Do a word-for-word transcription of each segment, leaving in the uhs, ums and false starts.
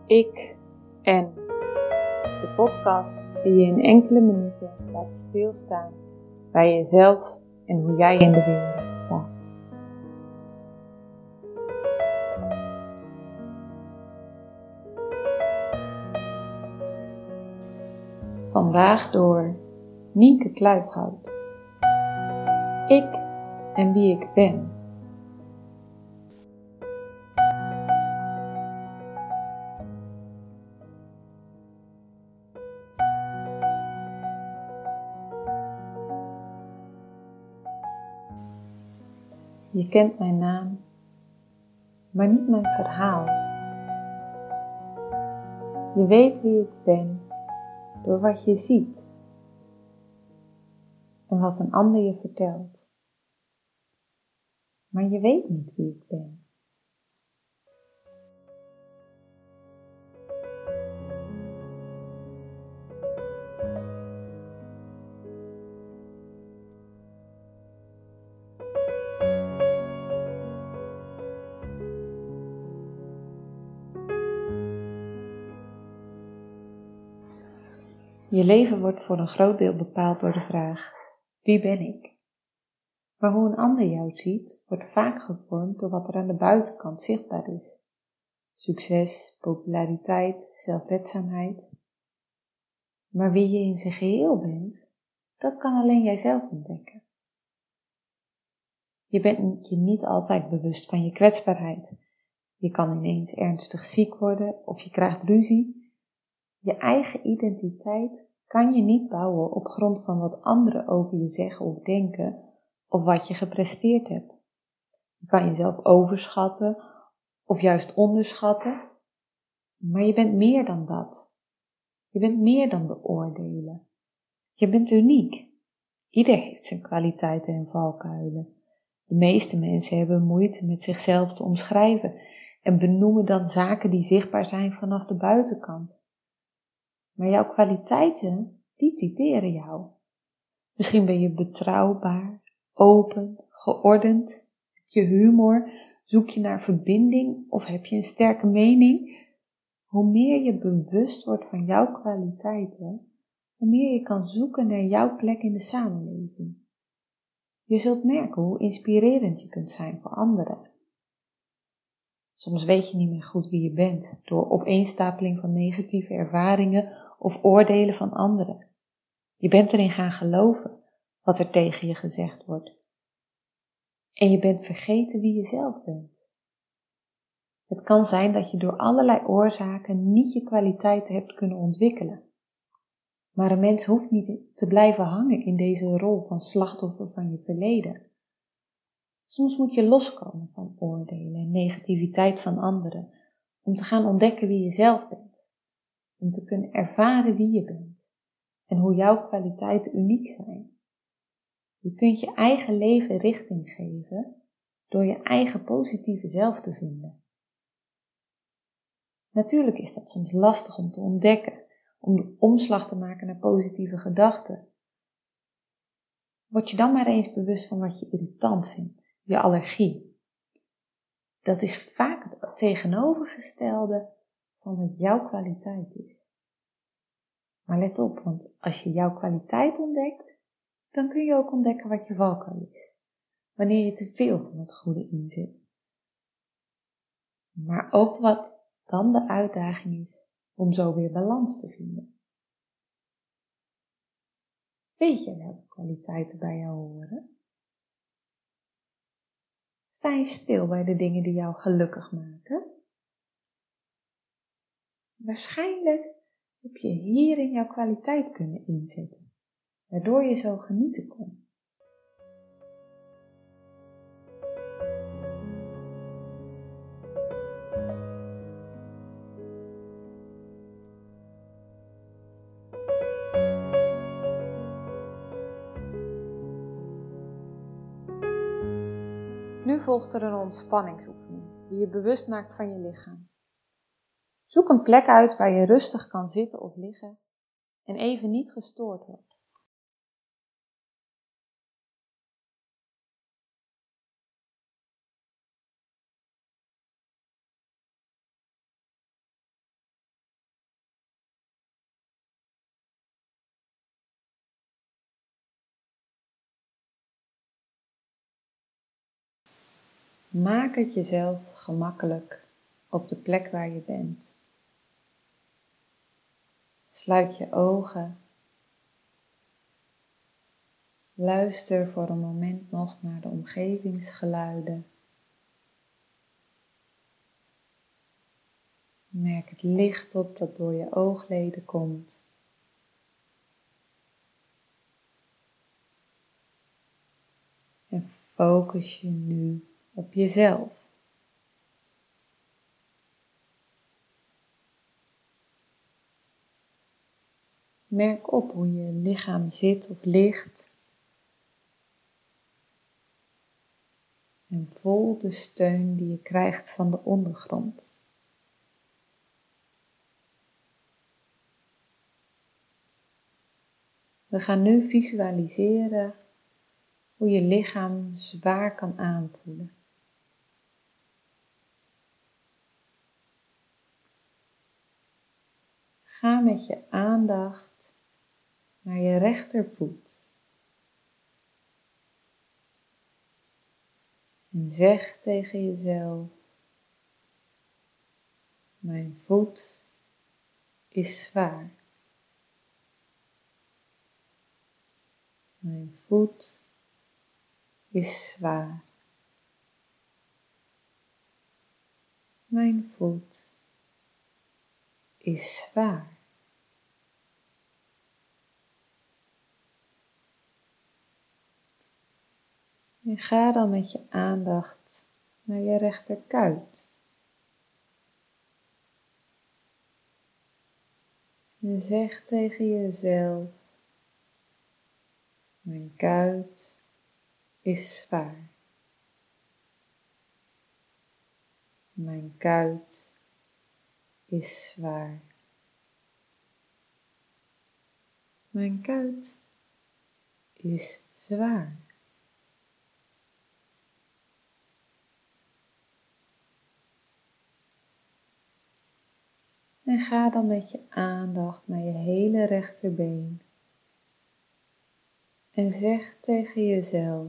Ik en de podcast die je in enkele minuten laat stilstaan bij jezelf en hoe jij in de wereld staat. Vandaag door Nienke Kluifhout. Ik en wie ik ben. Je kent mijn naam, maar niet mijn verhaal. Je weet wie ik ben door wat je ziet en wat een ander je vertelt. Maar je weet niet wie ik ben. Je leven wordt voor een groot deel bepaald door de vraag, wie ben ik? Maar hoe een ander jou ziet, wordt vaak gevormd door wat er aan de buitenkant zichtbaar is. Succes, populariteit, zelfredzaamheid. Maar wie je in zijn geheel bent, dat kan alleen jijzelf ontdekken. Je bent je niet altijd bewust van je kwetsbaarheid. Je kan ineens ernstig ziek worden of je krijgt ruzie. Je eigen identiteit kan je niet bouwen op grond van wat anderen over je zeggen of denken of wat je gepresteerd hebt. Je kan jezelf overschatten of juist onderschatten, maar je bent meer dan dat. Je bent meer dan de oordelen. Je bent uniek. Ieder heeft zijn kwaliteiten en valkuilen. De meeste mensen hebben moeite met zichzelf te omschrijven en benoemen dan zaken die zichtbaar zijn vanaf de buitenkant. Maar jouw kwaliteiten, die typeren jou. Misschien ben je betrouwbaar, open, geordend, heb je humor, zoek je naar verbinding of heb je een sterke mening. Hoe meer je bewust wordt van jouw kwaliteiten, hoe meer je kan zoeken naar jouw plek in de samenleving. Je zult merken hoe inspirerend je kunt zijn voor anderen. Soms weet je niet meer goed wie je bent, door opeenstapeling van negatieve ervaringen of oordelen van anderen. Je bent erin gaan geloven wat er tegen je gezegd wordt. En je bent vergeten wie je zelf bent. Het kan zijn dat je door allerlei oorzaken niet je kwaliteiten hebt kunnen ontwikkelen. Maar een mens hoeft niet te blijven hangen in deze rol van slachtoffer van je verleden. Soms moet je loskomen van oordelen en negativiteit van anderen, om te gaan ontdekken wie je zelf bent. Om te kunnen ervaren wie je bent en hoe jouw kwaliteiten uniek zijn. Je kunt je eigen leven richting geven door je eigen positieve zelf te vinden. Natuurlijk is dat soms lastig om te ontdekken, om de omslag te maken naar positieve gedachten. Word je dan maar eens bewust van wat je irritant vindt, je allergie. Dat is vaak het tegenovergestelde van wat jouw kwaliteit is. Maar let op, want als je jouw kwaliteit ontdekt, dan kun je ook ontdekken wat je valkuil is. Wanneer je te veel van het goede inzet. Maar ook wat dan de uitdaging is om zo weer balans te vinden. Weet je welke kwaliteiten bij jou horen? Sta je stil bij de dingen die jou gelukkig maken? Waarschijnlijk heb je hierin jouw kwaliteit kunnen inzetten, waardoor je zo genieten kon. Nu volgt er een ontspanningsoefening die je bewust maakt van je lichaam. Zoek een plek uit waar je rustig kan zitten of liggen en even niet gestoord wordt. Maak het jezelf gemakkelijk op de plek waar je bent. Sluit je ogen. Luister voor een moment nog naar de omgevingsgeluiden. Merk het licht op dat door je oogleden komt. En focus je nu op jezelf. Merk op hoe je lichaam zit of ligt. En voel de steun die je krijgt van de ondergrond. We gaan nu visualiseren hoe je lichaam zwaar kan aanvoelen. Ga met je aandacht naar je rechtervoet. En zeg tegen jezelf: mijn voet is zwaar. Mijn voet is zwaar. Mijn voet is zwaar. En ga dan met je aandacht naar je rechterkuit. En zeg tegen jezelf: mijn kuit is zwaar. Mijn kuit is zwaar. Mijn kuit is zwaar. En ga dan met je aandacht naar je hele rechterbeen. En zeg tegen jezelf: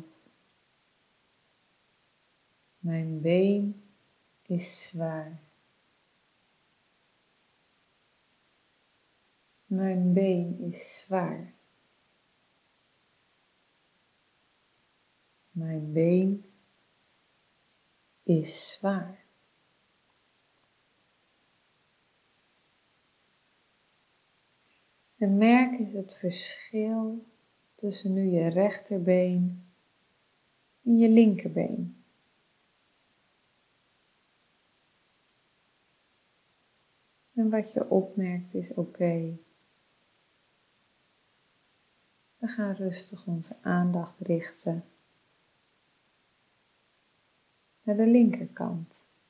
mijn been is zwaar. Mijn been is zwaar. Mijn been is zwaar. En merk eens het verschil tussen nu je rechterbeen en je linkerbeen. En wat je opmerkt is oké. We gaan rustig onze aandacht richten naar de linkerkant.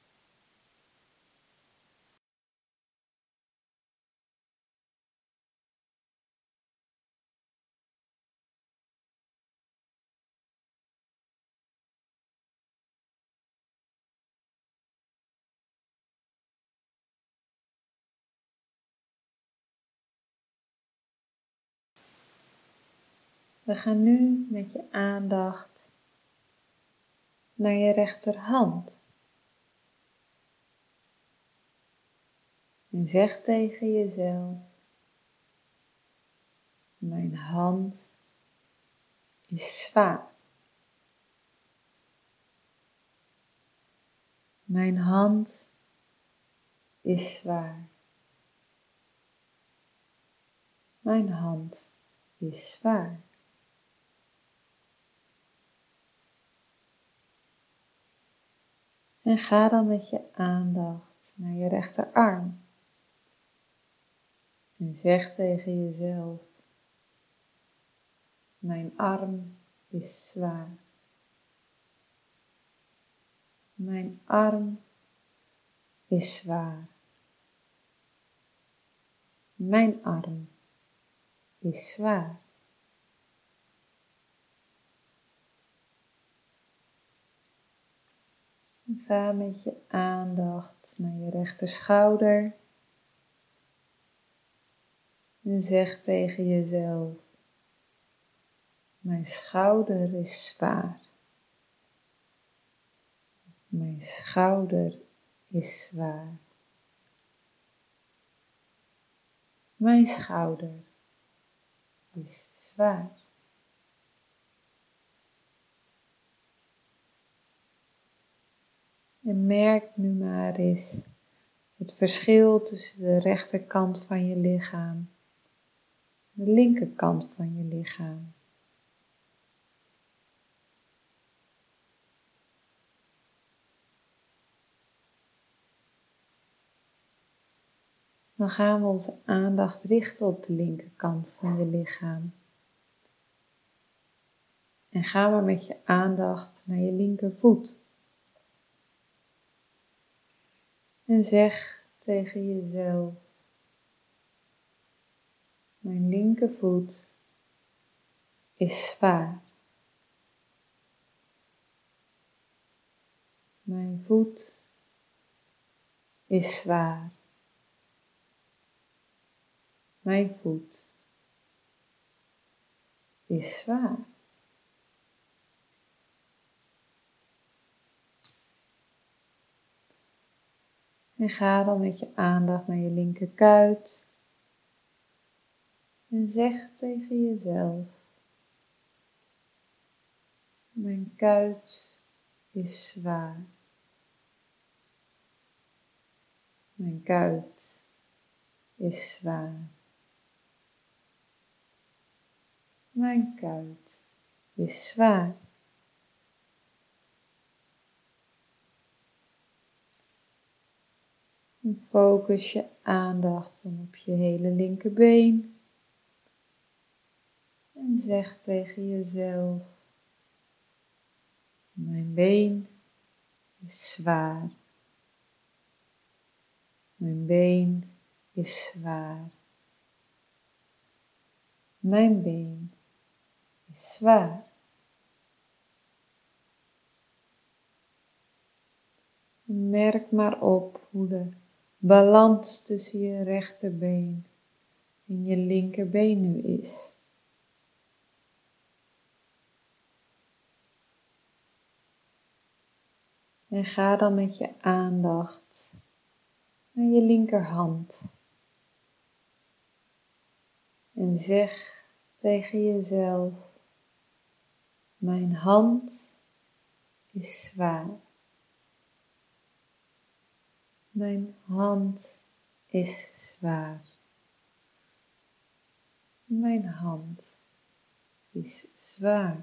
We gaan nu met je aandacht naar je rechterhand. En zeg tegen jezelf: mijn hand is zwaar. Mijn hand is zwaar. Mijn hand is zwaar. En ga dan met je aandacht naar je rechterarm. En zeg tegen jezelf: mijn arm is zwaar. Mijn arm is zwaar. Mijn arm is zwaar. Ga met je aandacht naar je rechterschouder. En zeg tegen jezelf: mijn schouder is zwaar. Mijn schouder is zwaar. Mijn schouder is zwaar. En merk nu maar eens het verschil tussen de rechterkant van je lichaam en de linkerkant van je lichaam. Dan gaan we onze aandacht richten op de linkerkant van je lichaam. En gaan we met je aandacht naar je linkervoet. En zeg tegen jezelf: mijn linkervoet is zwaar. Mijn voet is zwaar. Mijn voet is zwaar. En ga dan met je aandacht naar je linkerkuit. En zeg tegen jezelf: mijn kuit is zwaar. Mijn kuit is zwaar. Mijn kuit is zwaar. En focus je aandacht dan op je hele linkerbeen. En zeg tegen jezelf: mijn been is zwaar. Mijn been is zwaar. Mijn been is zwaar. Merk maar op hoe de balans tussen je rechterbeen en je linkerbeen nu is. En ga dan met je aandacht naar je linkerhand. En zeg tegen jezelf: mijn hand is zwaar. Mijn hand is zwaar. Mijn hand is zwaar.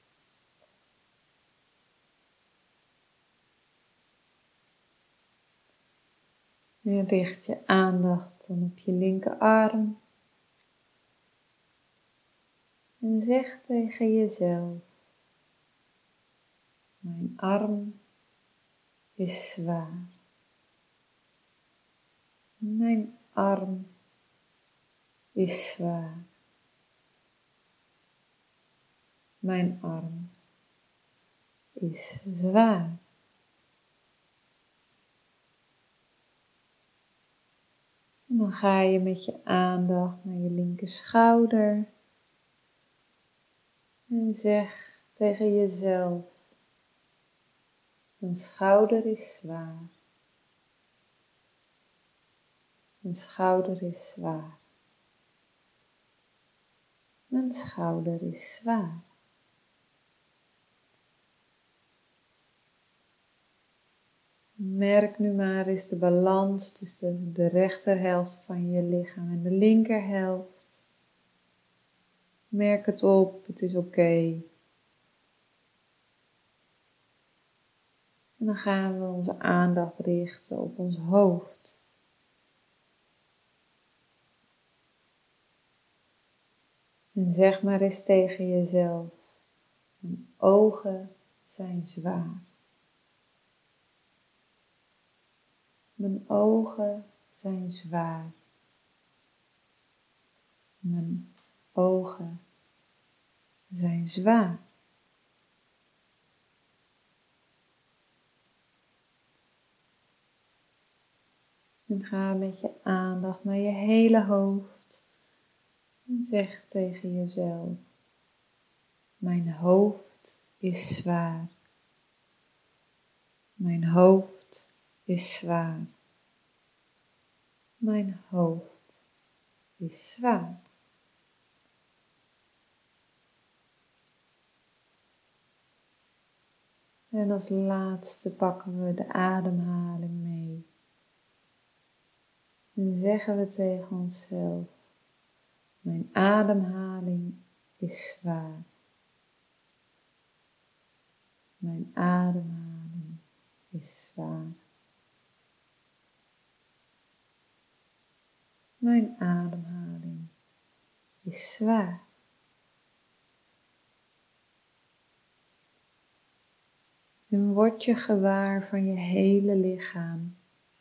En richt je aandacht dan op je linkerarm. En zeg tegen jezelf: mijn arm is zwaar. Mijn arm is zwaar. Mijn arm is zwaar. En dan ga je met je aandacht naar je linkerschouder. En zeg tegen jezelf: mijn schouder is zwaar. Mijn schouder is zwaar. Mijn schouder is zwaar. Merk nu maar eens de balans tussen de rechterhelft van je lichaam en de linkerhelft. Merk het op, het is oké. En dan gaan we onze aandacht richten op ons hoofd. En zeg maar eens tegen jezelf: mijn ogen zijn zwaar. Mijn ogen zijn zwaar. Mijn ogen zijn zwaar. En ga met je aandacht naar je hele hoofd. En zeg tegen jezelf: mijn hoofd is zwaar. Mijn hoofd is zwaar. Mijn hoofd is zwaar. En als laatste pakken we de ademhaling mee. En zeggen we tegen onszelf: mijn ademhaling is zwaar. Mijn ademhaling is zwaar. Mijn ademhaling is zwaar. En word je gewaar van je hele lichaam.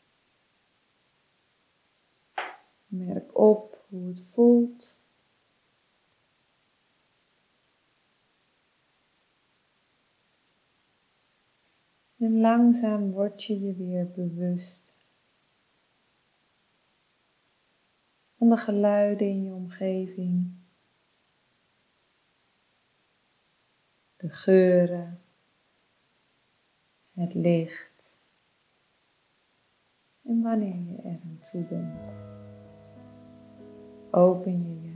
Merk op hoe het voelt. En langzaam word je je weer bewust van de geluiden in je omgeving, de geuren, het licht en wanneer je er aan toe bent, open je je